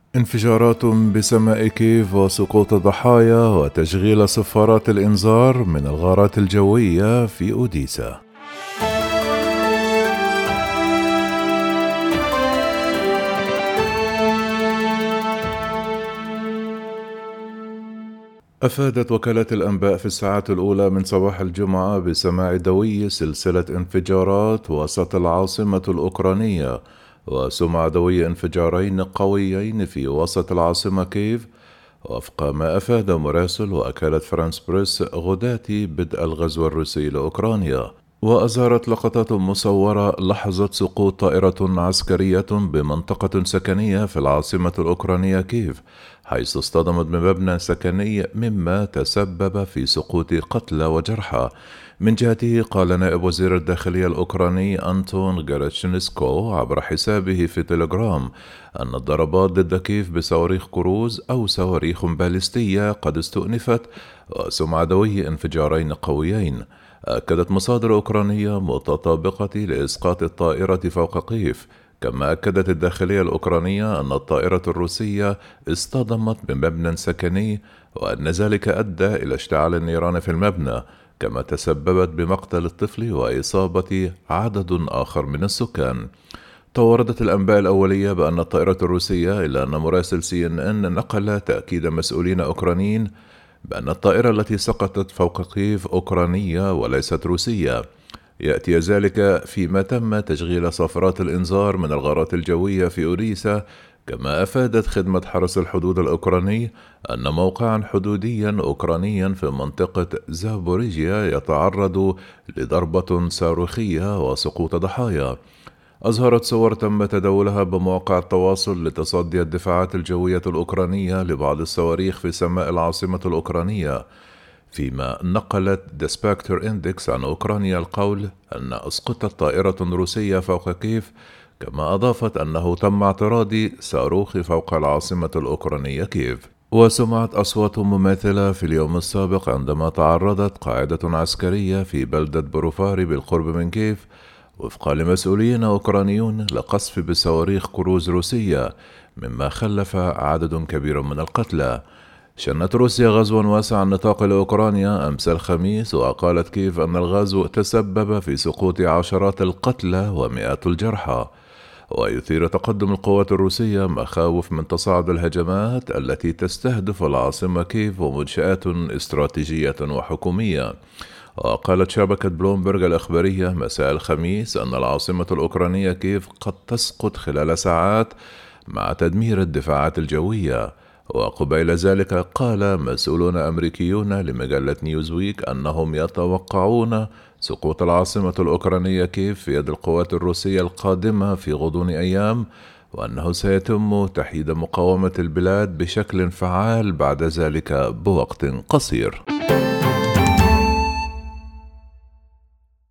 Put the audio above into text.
انفجارات بسماء كييف وسقوط ضحايا وتشغيل صفارات الإنذار من الغارات الجوية في أوديسا. أفادت وكالة الأنباء في الساعات الأولى من صباح الجمعة بسماع دوي سلسلة انفجارات وسط العاصمة الأوكرانية، وسمع دوي انفجارين قويين في وسط العاصمة كييف، وفق ما أفاد مراسل وكالة فرانس بريس غداة بدء الغزو الروسي لأوكرانيا. وأظهرت لقطات مصورة لحظة سقوط طائرة عسكرية بمنطقة سكنية في العاصمة الأوكرانية كييف، حيث اصطدمت بمبنى سكني مما تسبب في سقوط قتلى وجرحى. من جهته قال نائب وزير الداخلية الأوكراني أنتون غاراتشنسكو عبر حسابه في تليجرام أن الضربات ضد كييف بصواريخ كروز أو صواريخ باليستية قد استؤنفت، وسمع دوي انفجارين قويين. أكدت مصادر أوكرانية متطابقة لإسقاط الطائرة فوق كييف. كما أكدت الداخلية الأوكرانية أن الطائرة الروسية اصطدمت بمبنى سكني، وأن ذلك أدى إلى اشتعال النيران في المبنى، كما تسببت بمقتل الطفل وإصابة عدد آخر من السكان. توردت الأنباء الأولية بأن الطائرة الروسية، إلا أن مراسل CNN نقل تأكيد مسؤولين أوكرانيين بأن الطائرة التي سقطت فوق كييف أوكرانية وليست روسية. يأتي ذلك فيما تم تشغيل صافرات الإنذار من الغارات الجوية في أوديسا. كما أفادت خدمة حرس الحدود الأوكراني أن موقعا حدوديا أوكرانيا في منطقة زابوريجيا يتعرض لضربة صاروخية وسقوط ضحايا. أظهرت صور تم تداولها بمواقع التواصل لتصدي الدفاعات الجوية الأوكرانية لبعض الصواريخ في سماء العاصمة الأوكرانية، فيما نقلت ديسباكتور إندكس عن أوكرانيا القول أن أسقطت طائرة روسية فوق كييف. كما أضافت أنه تم اعتراض صاروخ فوق العاصمة الأوكرانية كييف. وسمعت أصوات مماثلة في اليوم السابق عندما تعرضت قاعدة عسكرية في بلدة بروفاري بالقرب من كييف، وفقا لمسؤولين أوكرانيون، لقصف بصواريخ كروز روسية، مما خلف عدد كبير من القتلى. شنت روسيا غزوا واسع النطاق لأوكرانيا أمس الخميس، وقالت كييف أن الغزو تسبب في سقوط عشرات القتلى ومئات الجرحى. ويثير تقدم القوات الروسية مخاوف من تصاعد الهجمات التي تستهدف العاصمة كييف ومنشآت استراتيجية وحكومية. وقالت شبكة بلومبرج الإخبارية مساء الخميس أن العاصمة الأوكرانية كييف قد تسقط خلال ساعات مع تدمير الدفاعات الجوية. وقبيل ذلك قال مسؤولون أمريكيون لمجلة نيوزويك أنهم يتوقعون سقوط العاصمة الأوكرانية كييف في يد القوات الروسية القادمة في غضون أيام، وأنه سيتم تحييد مقاومة البلاد بشكل فعال بعد ذلك بوقت قصير.